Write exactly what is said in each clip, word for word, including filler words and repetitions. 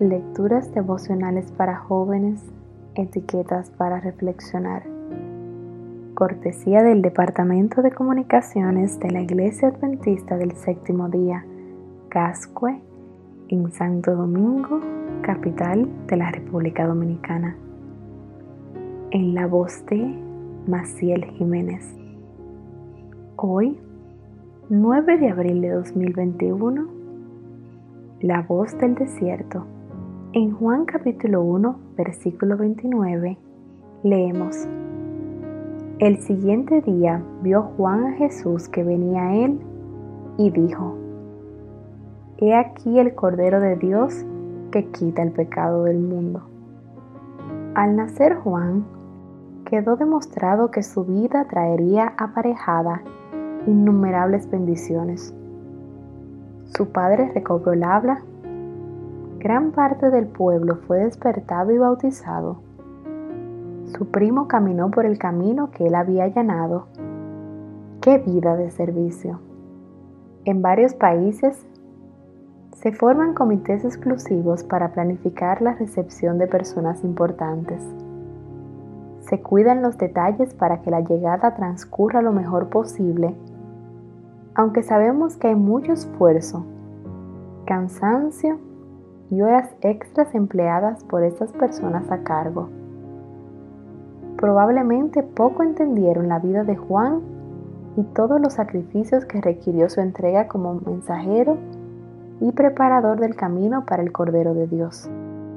Lecturas devocionales para jóvenes, etiquetas para reflexionar. Cortesía del Departamento de Comunicaciones de la Iglesia Adventista del Séptimo Día, Gascue, en Santo Domingo, capital de la República Dominicana. En la voz de Maciel Jiménez. Hoy, nueve de abril de dos mil veintiuno, la voz del desierto. En Juan capítulo uno, versículo veintinueve, leemos: El siguiente día vio Juan a Jesús que venía a él y dijo: He aquí el Cordero de Dios que quita el pecado del mundo. Al nacer Juan, quedó demostrado que su vida traería aparejada innumerables bendiciones. Su padre recobró el habla. Gran parte del pueblo fue despertado y bautizado. Su primo caminó por el camino que él había allanado. ¡Qué vida de servicio! En varios países se forman comités exclusivos para planificar la recepción de personas importantes. Se cuidan los detalles para que la llegada transcurra lo mejor posible, aunque sabemos que hay mucho esfuerzo, cansancio y horas extras empleadas por estas personas a cargo. Probablemente poco entendieron la vida de Juan y todos los sacrificios que requirió su entrega como mensajero y preparador del camino para el Cordero de Dios.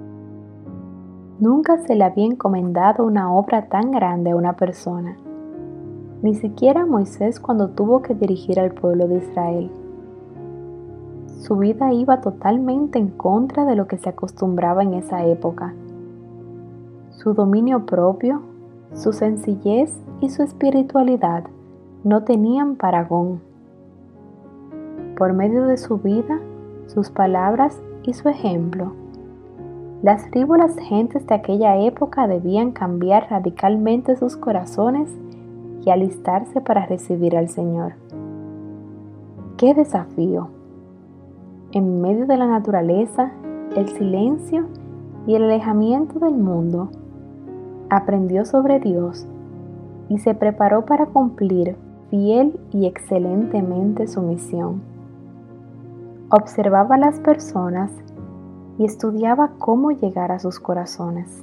Nunca se le había encomendado una obra tan grande a una persona, ni siquiera a Moisés cuando tuvo que dirigir al pueblo de Israel. Su vida iba totalmente en contra de lo que se acostumbraba en esa época. Su dominio propio, su sencillez y su espiritualidad no tenían parangón. Por medio de su vida, sus palabras y su ejemplo, las frívolas gentes de aquella época debían cambiar radicalmente sus corazones y alistarse para recibir al Señor. ¡Qué desafío! En medio de la naturaleza, el silencio y el alejamiento del mundo, aprendió sobre Dios y se preparó para cumplir fiel y excelentemente su misión. Observaba a las personas y estudiaba cómo llegar a sus corazones.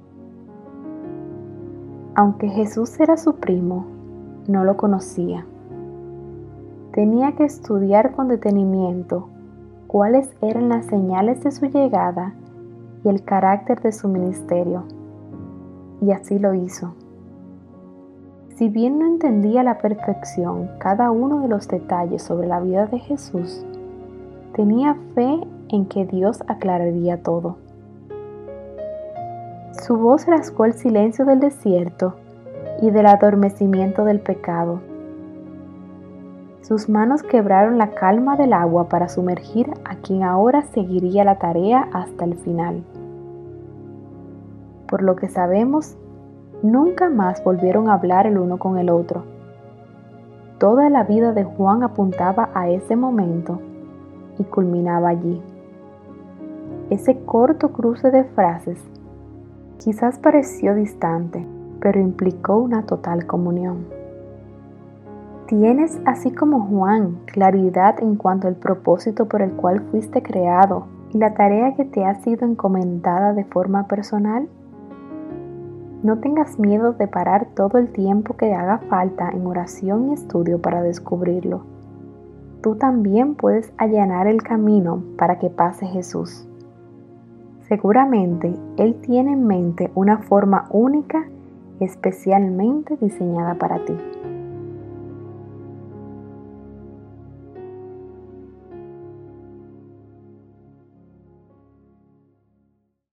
Aunque Jesús era su primo, no lo conocía. Tenía que estudiar con detenimiento cuáles eran las señales de su llegada y el carácter de su ministerio. Y así lo hizo. Si bien no entendía a la perfección cada uno de los detalles sobre la vida de Jesús, tenía fe en que Dios aclararía todo. Su voz rasgó el silencio del desierto y del adormecimiento del pecado. Sus manos quebraron la calma del agua para sumergir a quien ahora seguiría la tarea hasta el final. Por lo que sabemos, nunca más volvieron a hablar el uno con el otro. Toda la vida de Juan apuntaba a ese momento y culminaba allí. Ese corto cruce de frases quizás pareció distante, pero implicó una total comunión. Tienes, así como Juan, claridad en cuanto al propósito por el cual fuiste creado y la tarea que te ha sido encomendada de forma personal. No tengas miedo de parar todo el tiempo que haga falta en oración y estudio para descubrirlo. Tú también puedes allanar el camino para que pase Jesús. Seguramente Él tiene en mente una forma única, especialmente diseñada para ti.